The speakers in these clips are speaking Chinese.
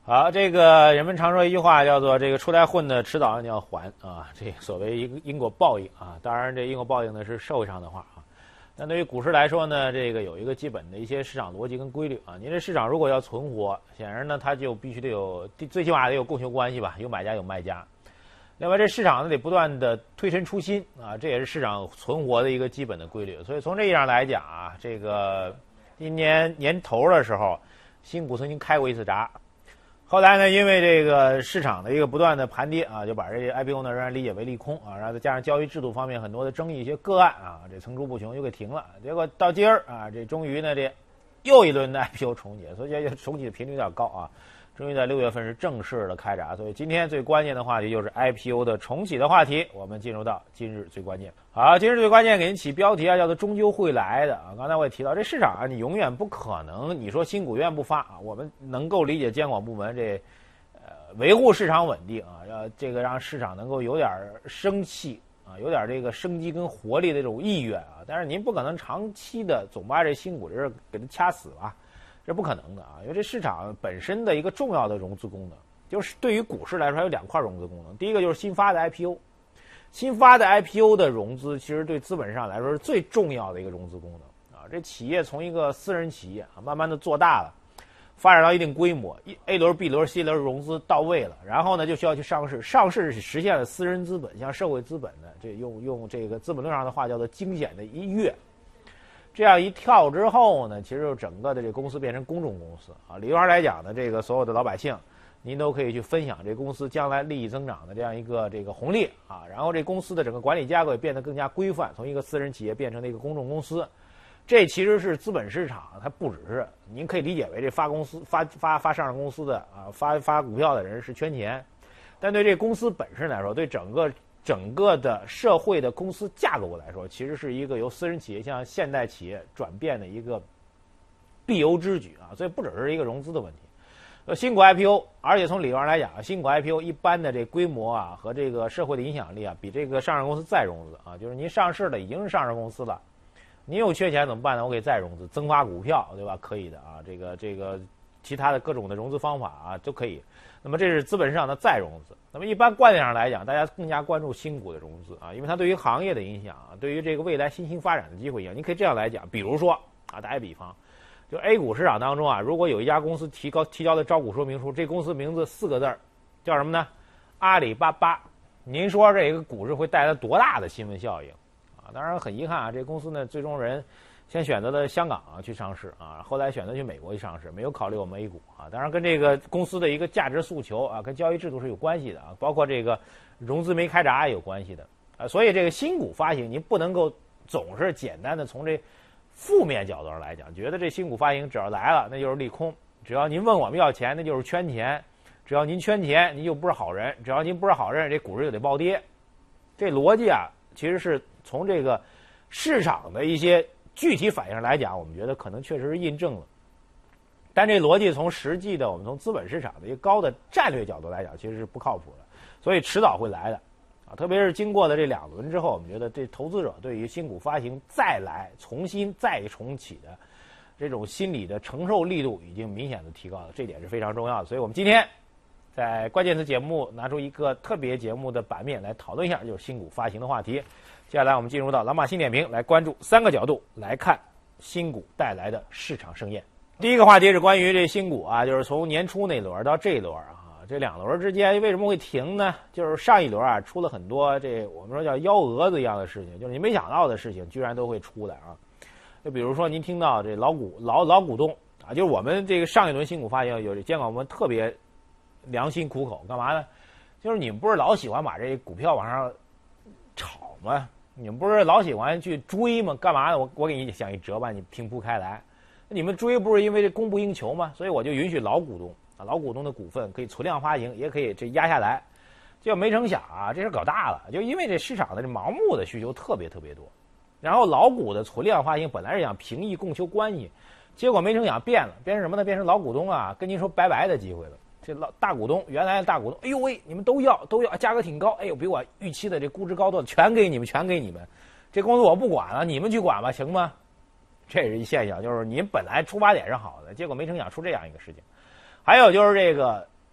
好，这个人们常说一句话叫做"这个出来混的，迟早你要还啊"，这所谓一个因果报应啊。当然，这因果报应呢是社会上的话啊。但对于股市来说呢，这个有一个基本的一些市场逻辑跟规律啊。您这市场如果要存活，显然呢它就必须得有最起码得有供求关系吧，有买家有卖家。另外，这市场呢得不断的推陈出新啊，这也是市场存活的一个基本的规律。所以从这意义上来讲啊，这个今年年头的时候，新股曾经开过一次闸。后来呢，因为这个市场的一个不断的盘跌啊，就把这 IPO 呢仍然理解为利空啊，然后再加上交易制度方面很多的争议，一些个案啊，这层出不穷，又给停了。结果到今儿啊，这终于呢，这又一轮的 IPO 重启，所以这重启的频率有点高啊。终于在6月份是正式的开闸，所以今天最关键的话题就是 IPO 的重启的话题。我们进入到今日最关键。好，今日最关键给您起标题啊，叫做终究会来的啊。刚才我也提到，这市场啊，你永远不可能，你说新股永远不发啊，我们能够理解监管部门这维护市场稳定啊，要这个让市场能够有点生气啊，有点这个生机跟活力的这种意愿啊。但是您不可能长期的总把这新股这事给它掐死吧。这不可能的啊，因为这市场本身的一个重要的融资功能，就是对于股市来说，还有2块融资功能。第一个就是新发的 IPO， 新发的 IPO 的融资，其实对资本市场来说是最重要的一个融资功能啊。这企业从一个私人企业啊，慢慢的做大了，发展到一定规模 ，A 轮、B 轮、C 轮融资到位了，然后呢就需要去上市，上市是实现了私人资本向社会资本的，这用这个资本论上的话叫做惊险的一跃。这样一跳之后呢，其实就整个的这公司变成公众公司啊。理论上来讲呢，这个所有的老百姓，您都可以去分享这公司将来利益增长的这样一个这个红利啊。然后这公司的整个管理架构也变得更加规范，从一个私人企业变成了一个公众公司。这其实是资本市场，它不只是您可以理解为这发公司发上市公司的啊发股票的人是圈钱，但对这公司本身来说，对整个的社会的公司架构来说，其实是一个由私人企业向现代企业转变的一个必由之举啊，所以不只是一个融资的问题。新股 IPO， 而且从理论上来讲，新股 IPO 一般的这规模啊和这个社会的影响力啊，比这个上市公司再融资啊，就是您上市了已经是上市公司了，您又缺钱怎么办呢？我给再融资，增发股票，对吧？可以的啊，这个其他的各种的融资方法啊都可以。那么这是资本市场的再融资。那么一般观点上来讲，大家更加关注新股的融资啊，因为它对于行业的影响啊，对于这个未来新兴发展的机会影响。你可以这样来讲，比如说啊，打个比方，就 A 股市场当中啊，如果有一家公司提交的招股说明书，这公司名字4个字叫什么呢？阿里巴巴。您说这个股市会带来多大的新闻效应啊？当然很遗憾啊，这公司呢最终人先选择了香港啊去上市啊，后来选择去美国去上市，没有考虑我们 A 股啊。当然跟这个公司的一个价值诉求啊，跟交易制度是有关系的啊，包括这个融资没开闸也有关系的啊。所以这个新股发行，您不能够总是简单的从这负面角度上来讲，觉得这新股发行只要来了那就是利空，只要您问我们要钱那就是圈钱，只要您圈钱您就不是好人，只要您不是好人这股市就得暴跌。这逻辑啊，其实是从这个市场的一些具体反应来讲，我们觉得可能确实是印证了，但这逻辑从实际的我们从资本市场的一个高的战略角度来讲，其实是不靠谱的，所以迟早会来的啊。特别是经过了这2轮之后，我们觉得这投资者对于新股发行再来重新再重启的这种心理的承受力度已经明显的提高了，这点是非常重要的。所以我们今天在关键词节目拿出一个特别节目的版面来讨论一下，就是新股发行的话题。接下来我们进入到老马新点评，来关注3个角度来看新股带来的市场盛宴。第一个话题是关于这新股啊，就是从年初那轮到这一轮啊，这2轮之间为什么会停呢？就是上一轮啊出了很多这我们说叫幺蛾子一样的事情，就是你没想到的事情居然都会出来啊。就比如说您听到这老股东啊，就是我们这个上一轮新股发行有监管部门特别良心苦口，干嘛呢？就是你们不是老喜欢把这股票往上炒吗？你们不是老喜欢去追吗？干嘛呢？我给你想一辙吧，你平铺开来。你们追不是因为这供不应求吗？所以我就允许老股东啊，老股东的股份可以存量发行，也可以这压下来。结果没成想啊，这事搞大了，就因为这市场的这盲目的需求特别多，然后老股的存量发行本来是想平抑供求关系，结果没成想变成什么呢？变成老股东啊跟您说拜拜的机会了。这大股东原来的大股东，哎呦喂，你们都要，价格挺高，哎呦比我预期的这估值高多了，全给你们，这公司我不管了，你们去管吧，行吗？这是一现象，就是您本来出发点是好的，结果没成想出这样一个事情。还有就是这个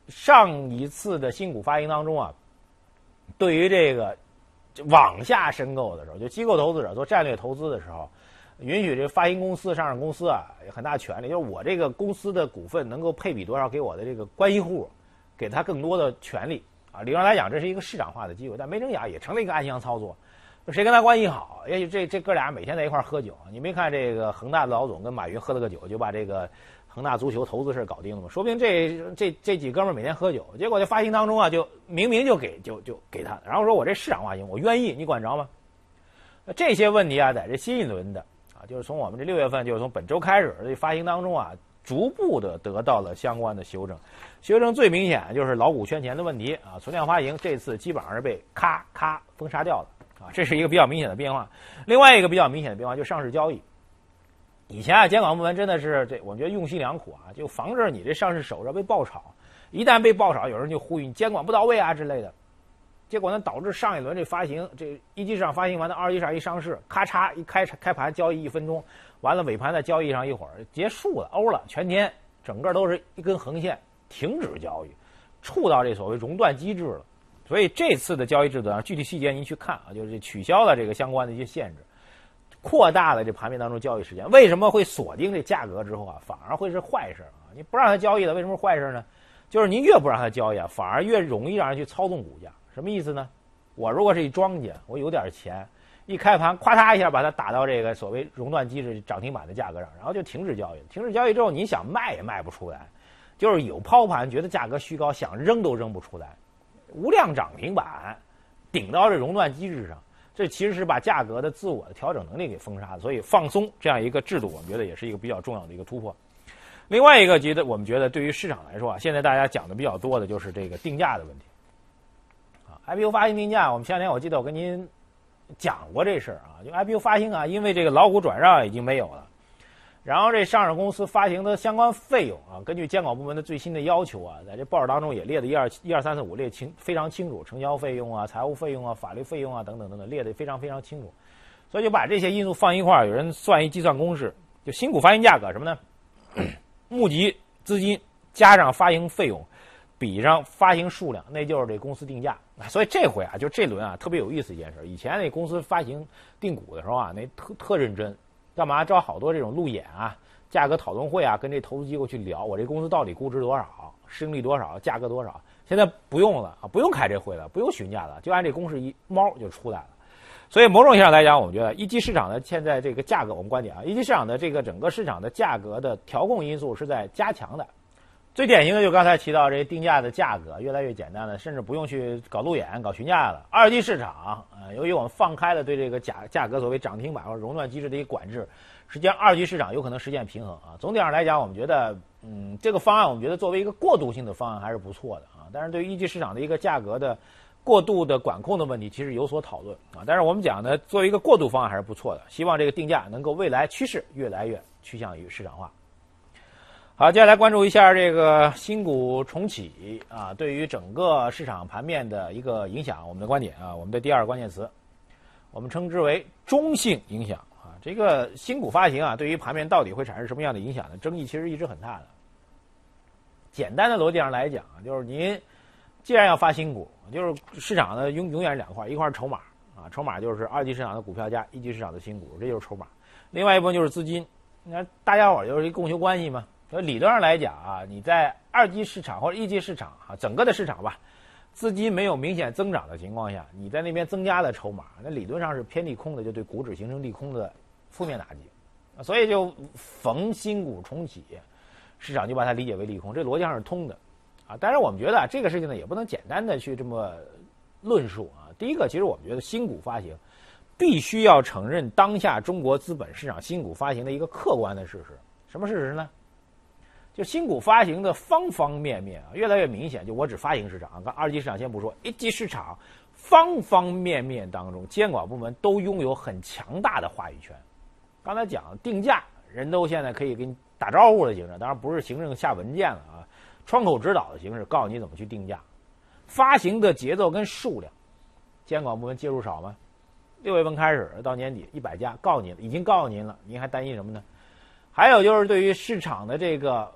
上一次的新股发行当中啊，对于这个往下申购的时候，就机构投资者做战略投资的时候，允许这发行公司、上市公司啊有很大权利，就是我这个公司的股份能够配比多少给我的这个关系户，给他更多的权利啊。理论上来讲，这是一个市场化的机会，但没成想也成了一个暗箱操作。谁跟他关系好？也许这哥俩每天在一块喝酒，你没看这个恒大的老总跟马云喝了个酒，就把这个恒大足球投资事搞定了吗？说不定这几哥们每天喝酒，结果在发行当中啊，就明明就给他，然后说我这市场化行，我愿意，你管着吗？这些问题啊，在这新一轮的啊，就是从我们这6月份，就是从本周开始这发行当中啊，逐步的得到了相关的修正。修正最明显就是老股圈钱的问题啊，存量发行这次基本上是被咔咔封杀掉了。啊，这是一个比较明显的变化。另外一个比较明显的变化就是上市交易。以前啊，监管部门真的是我觉得用心良苦啊，就防止你这上市手着被爆炒。一旦被爆炒，有人就呼吁你监管不到位啊之类的。结果呢，导致上一轮这发行，这一级市场发行完的二级市场一上市，咔嚓一开盘交易1分钟，完了尾盘在交易上一会儿结束了，欧了，全天整个都是一根横线，停止交易，触到这所谓熔断机制了。所以这次的交易制度上，具体细节您去看啊，就是取消了这个相关的一些限制，扩大了这盘面当中交易时间。为什么会锁定这价格之后啊，反而会是坏事啊？你不让它交易了，为什么是坏事呢？就是您越不让它交易啊，反而越容易让人去操纵股价。什么意思呢？我如果是一庄家，我有点钱，一开盘咵嚓一下把它打到这个所谓熔断机制涨停板的价格上，然后就停止交易。停止交易之后，你想卖也卖不出来，就是有抛盘，觉得价格虚高，想扔都扔不出来。无量涨停板顶到这熔断机制上，这其实是把价格的自我的调整能力给封杀的。所以放松这样一个制度，我们觉得也是一个比较重要的一个突破。另外一个我们觉得对于市场来说啊，现在大家讲的比较多的就是这个定价的问题啊。IPO 发行定价，我们前两天我记得我跟您讲过这事儿啊，就 IPO 发行啊，因为这个老股转让已经没有了。然后这上市公司发行的相关费用啊，根据监管部门的最新的要求啊，在这报纸当中也列的1、2、3、4、5列非常清楚，承销费用啊、财务费用啊、法律费用啊等等等等列的非常非常清楚，所以就把这些因素放一块儿，有人算一计算公式，就新股发行价格什么呢？募集资金加上发行费用比上发行数量，那就是这公司定价。所以这回啊，就这轮啊特别有意思一件事，以前那公司发行定股的时候啊，那特认真。干嘛招好多这种路演啊、价格讨论会啊，跟这投资机构去聊，我这公司到底估值多少、市盈率多少、价格多少？现在不用了啊，不用开这会了，不用询价了，就按这公式一猫就出来了。所以某种意义上来讲，我们觉得一级市场的现在这个价格，我们观点啊，一级市场的这个整个市场的价格的调控因素是在加强的。最典型的就刚才提到这定价的价格越来越简单了，甚至不用去搞路演、搞询价了。二级市场由于我们放开了对这个价格所谓涨停板或者熔断机制的一个管制，实际上二级市场有可能实现平衡啊。总体上来讲，我们觉得这个方案我们觉得作为一个过渡性的方案还是不错的啊。但是对于一级市场的一个价格的过度的管控的问题，其实有所讨论啊。但是我们讲呢，作为一个过渡方案还是不错的，希望这个定价能够未来趋势越来越趋向于市场化。好，接下来关注一下这个新股重启啊，对于整个市场盘面的一个影响，我们的观点啊，我们的第二个关键词，我们称之为中性影响啊。这个新股发行啊，对于盘面到底会产生什么样的影响呢？争议其实一直很大的。简单的逻辑上来讲，就是您既然要发新股，就是市场呢永远是两块，一块是筹码啊，筹码就是二级市场的股票加一级市场的新股，这就是筹码。另外一部分就是资金，你看大家伙就是一供求关系嘛。理论上来讲啊，你在二级市场或者一级市场啊，整个的市场吧，资金没有明显增长的情况下，你在那边增加了筹码，那理论上是偏利空的，就对股指形成利空的负面打击。所以就逢新股重启，市场就把它理解为利空，这逻辑上是通的啊。当然我们觉得这个事情呢，也不能简单的去这么论述啊。第一个，其实我们觉得新股发行必须要承认当下中国资本市场新股发行的一个客观的事实。什么事实呢？就新股发行的方方面面啊，越来越明显。就我指发行市场，刚二级市场先不说，一级市场方方面面当中，监管部门都拥有很强大的话语权。刚才讲定价，人都现在可以给你打招呼的形式，当然不是行政下文件了啊，窗口指导的形式，告诉你怎么去定价。发行的节奏跟数量，监管部门介入少吗？6月份开始到年底100家，告诉你了，已经告诉您了，您还担心什么呢？还有就是对于市场的这个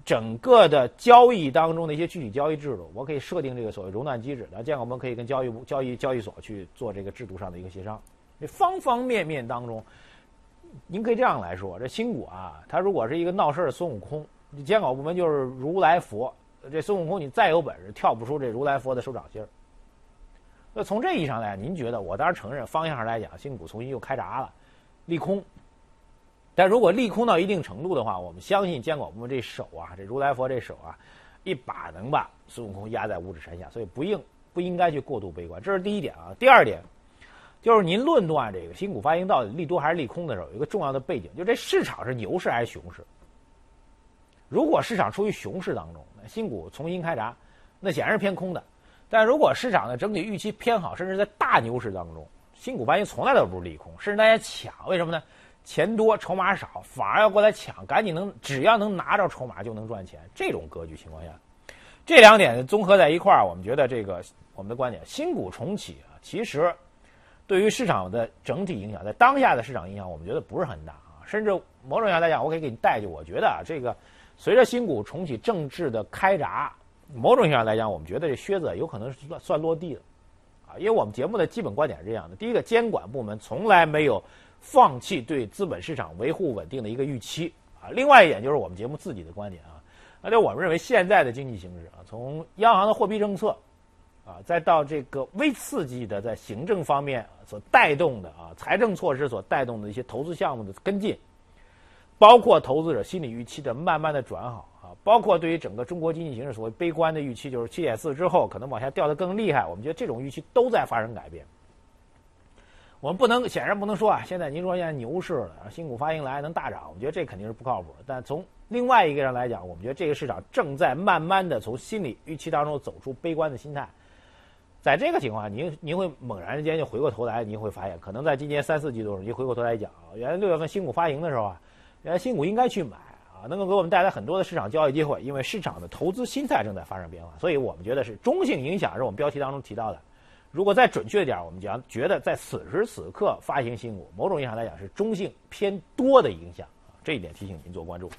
整个的交易当中的一些具体交易制度，我可以设定这个所谓熔断机制，这样我们可以跟交易所去做这个制度上的一个协商。这方方面面当中，您可以这样来说，这新股啊，它如果是一个闹事的孙悟空，监管部门就是如来佛，这孙悟空你再有本事，跳不出这如来佛的手掌心儿。那从这意义上来讲，您觉得我当然承认方向上来讲，新股重新又开闸了，利空。但如果利空到一定程度的话，我们相信监管部门这手啊，这如来佛这手啊，一把能把孙悟空压在五指山下，所以不应该去过度悲观，这是第一点啊。第二点，就是您论断这个新股发行到底利多还是利空的时候，有一个重要的背景，就这市场是牛市还是熊市。如果市场处于熊市当中，那新股重新开闸，那显然是偏空的。但如果市场的整体预期偏好，甚至在大牛市当中，新股发行从来都不是利空，甚至大家抢，为什么呢？钱多筹码少，反而要过来抢，赶紧只要能拿着筹码就能赚钱。这种格局情况下，这两点综合在一块儿，我们觉得这个我们的观点，新股重启啊，其实对于市场的整体影响，在当下的市场影响，我们觉得不是很大啊。甚至某种意义上来讲，我可以给你带去，我觉得啊，这个随着新股重启正式的开闸，某种意义上来讲，我们觉得这靴子有可能是算落地了啊。因为我们节目的基本观点是这样的：第一个，监管部门从来没有放弃对资本市场维护稳定的一个预期啊。另外一点就是我们节目自己的观点啊，那就我们认为现在的经济形势啊，从央行的货币政策啊，再到这个微刺激的在行政方面所带动的啊财政措施所带动的一些投资项目的跟进，包括投资者心理预期的慢慢的转好啊，包括对于整个中国经济形势所谓悲观的预期，就是7.4之后可能往下掉得更厉害，我们觉得这种预期都在发生改变。我们显然不能说啊，现在您说现在牛市了，新股发行来能大涨，我们觉得这肯定是不靠谱的。但从另外一个上来讲，我们觉得这个市场正在慢慢的从心理预期当中走出悲观的心态。在这个情况下，您会猛然之间就回过头来，您会发现，可能在今年3、4季度的时候，您回过头来讲，原来6月份新股发行的时候啊，原来新股应该去买啊，能够给我们带来很多的市场交易机会，因为市场的投资心态正在发生变化，所以我们觉得是中性影响，是我们标题当中提到的。如果再准确一点，我们讲觉得在此时此刻发行新股，某种意义上来讲是中性偏多的影响，这一点提醒您做关注。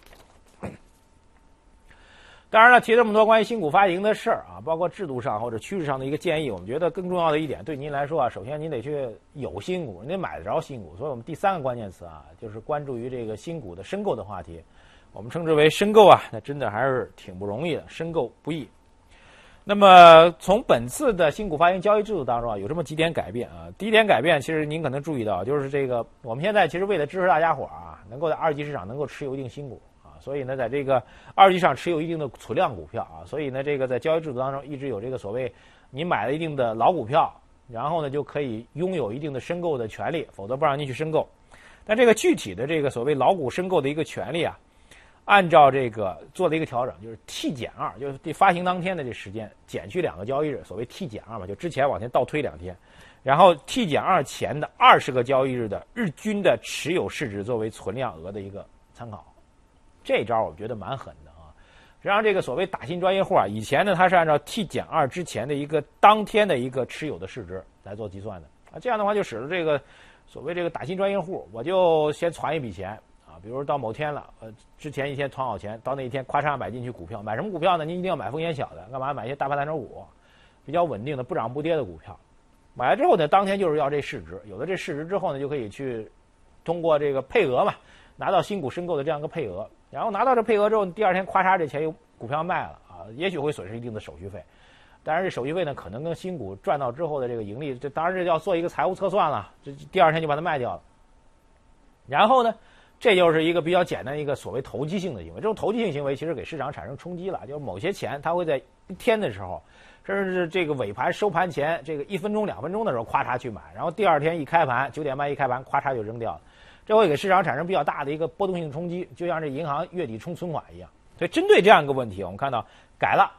当然了，提这么多关于新股发行的事儿啊，包括制度上或者趋势上的一个建议，我们觉得更重要的一点，对您来说啊，首先您得去有新股，您得买得着新股。所以我们第3个关键词啊，就是关注于这个新股的申购的话题，我们称之为申购啊，那真的还是挺不容易的，申购不易。那么从本次的新股发行交易制度当中啊，有这么几点改变啊。第一点改变，其实您可能注意到，就是这个我们现在其实为了支持大家伙啊，能够在二级市场能够持有一定新股啊，所以呢，在这个二级市场持有一定的存量股票啊，所以呢，这个在交易制度当中一直有这个所谓你买了一定的老股票，然后呢就可以拥有一定的申购的权利，否则不让您去申购。但这个具体的这个所谓老股申购的一个权利啊，按照这个做了一个调整，就是 T-2，就是这发行当天的这时间减去2个交易日，所谓 T-2嘛，就之前往前倒推2天，然后 T-2前的20个交易日的日均的持有市值作为存量额的一个参考。这招我觉得蛮狠的啊！实际上这个所谓打新专业户啊，以前呢它是按照 T-2之前的一个当天的一个持有的市值来做计算的啊，这样的话就使得这个所谓这个打新专业户，我就先攒一笔钱。比如到某天了，之前一天存好钱，到那一天咔嚓买进去股票，买什么股票呢？您一定要买风险小的，干嘛？买一些大盘蓝筹股，比较稳定的不涨不跌的股票。买了之后呢，当天就是要这市值，有了这市值之后呢，就可以去通过这个配额嘛，拿到新股申购的这样一个配额，然后拿到这配额之后，第2天咔嚓这钱有股票卖了啊，也许会损失一定的手续费，当然这手续费呢，可能跟新股赚到之后的这个盈利，这当然是要做一个财务测算了，这第2天就把它卖掉了，然后呢？这就是一个比较简单的一个所谓投机性的行为，这种投机性行为其实给市场产生冲击了，就是某些钱它会在一天的时候，甚至是这个尾盘收盘前这个1分钟2分钟的时候咔嚓去买，然后第2天一开盘9点半一开盘咔嚓就扔掉了，这会给市场产生比较大的一个波动性冲击，就像这银行月底冲存款一样。所以针对这样一个问题，我们看到改了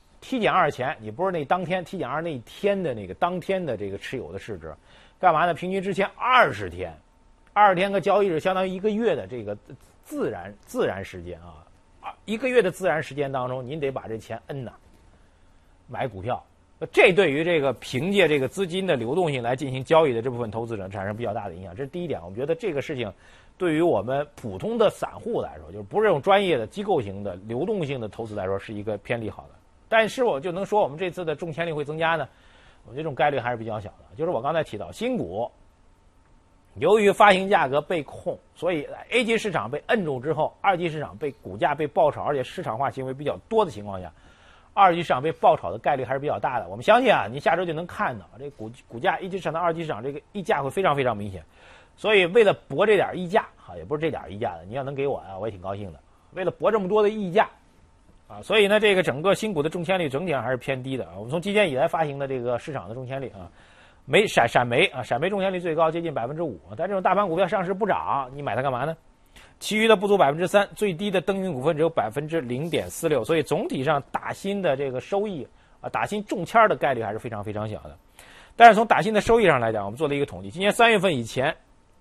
T-2前，你不是那当天 T-2那一天的那个当天的这个持有的市值，干嘛呢？平均之前20天。20天个交易日相当于1个月的这个自然时间啊，1个月的自然时间当中，您得把这钱摁呐，买股票这对于这个凭借这个资金的流动性来进行交易的这部分投资者产生比较大的影响。这是第一点，我们觉得这个事情对于我们普通的散户来说，就是不是这种专业的机构型的流动性的投资来说，是一个偏利好的。但是我就能说我们这次的中签率会增加呢？我觉得这种概率还是比较小的。就是我刚才提到，新股由于发行价格被控，所以 A 级市场被摁住之后，二级市场被股价被爆炒，而且市场化行为比较多的情况下，二级市场被爆炒的概率还是比较大的。我们相信啊，你下周就能看到这股价一级市场到二级市场这个溢价会非常非常明显。所以为了博这点溢价啊，也不是这点溢价的，你要能给我啊，我也挺高兴的。为了博这么多的溢价啊，所以呢，这个整个新股的中签率整体上还是偏低的啊。我们从今年以来发行的这个市场的中签率啊，闪煤中签率最高接近 5%， 但这种大盘股票上市不涨，你买它干嘛呢？其余的不足 3%， 最低的登云股份只有 0.46%， 所以总体上打新的这个收益啊，打新中签的概率还是非常非常小的。但是从打新的收益上来讲，我们做了一个统计，今年3月份以前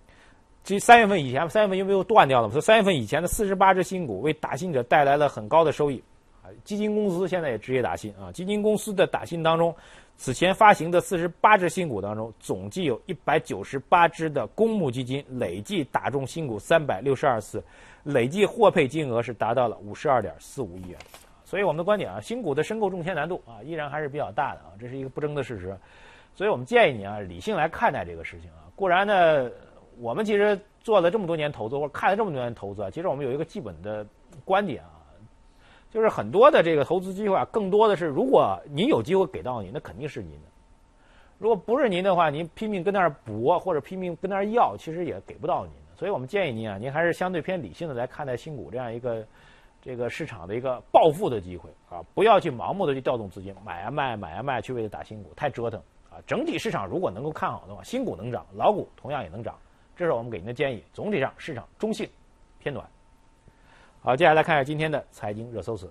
，3月份因为又断掉了嘛，所以3月份以前的48只新股为打新者带来了很高的收益。基金公司现在也直接打新啊，基金公司的打新当中，此前发行的48只新股当中，总计有198只的公募基金累计打中新股362次，累计获配金额是达到了52.45亿元。所以我们的观点啊，新股的申购中签难度啊依然还是比较大的啊，这是一个不争的事实。所以我们建议你啊，理性来看待这个事情啊。固然呢，我们其实做了这么多年投资，或者看了这么多年投资啊，其实我们有一个基本的观点啊。就是很多的这个投资机会啊，更多的是如果您有机会给到你，那肯定是您的；如果不是您的话，您拼命跟那儿搏或者拼命跟那儿要，其实也给不到您的。所以我们建议您啊，您还是相对偏理性的来看待新股这样一个这个市场的一个暴富的机会啊，不要去盲目的去调动资金买啊卖去为了打新股，太折腾啊。整体市场如果能够看好的话，新股能涨，老股同样也能涨，这是我们给您的建议。总体上市场中性偏暖。好，接下来看一下今天的财经热搜词。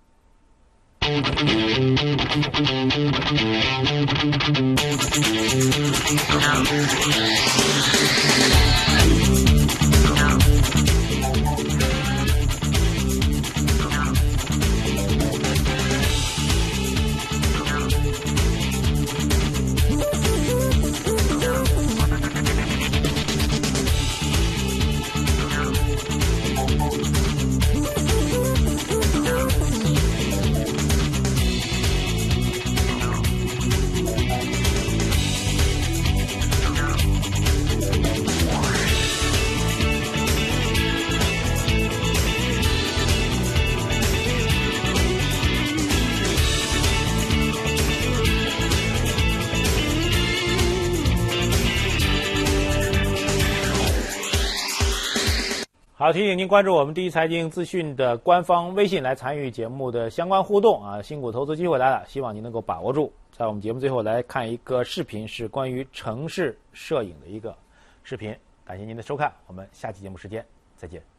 好，提醒您关注我们第一财经资讯的官方微信来参与节目的相关互动啊！新股投资机会来了，希望您能够把握住。在我们节目最后来看一个视频，是关于城市摄影的一个视频。感谢您的收看，我们下期节目时间再见。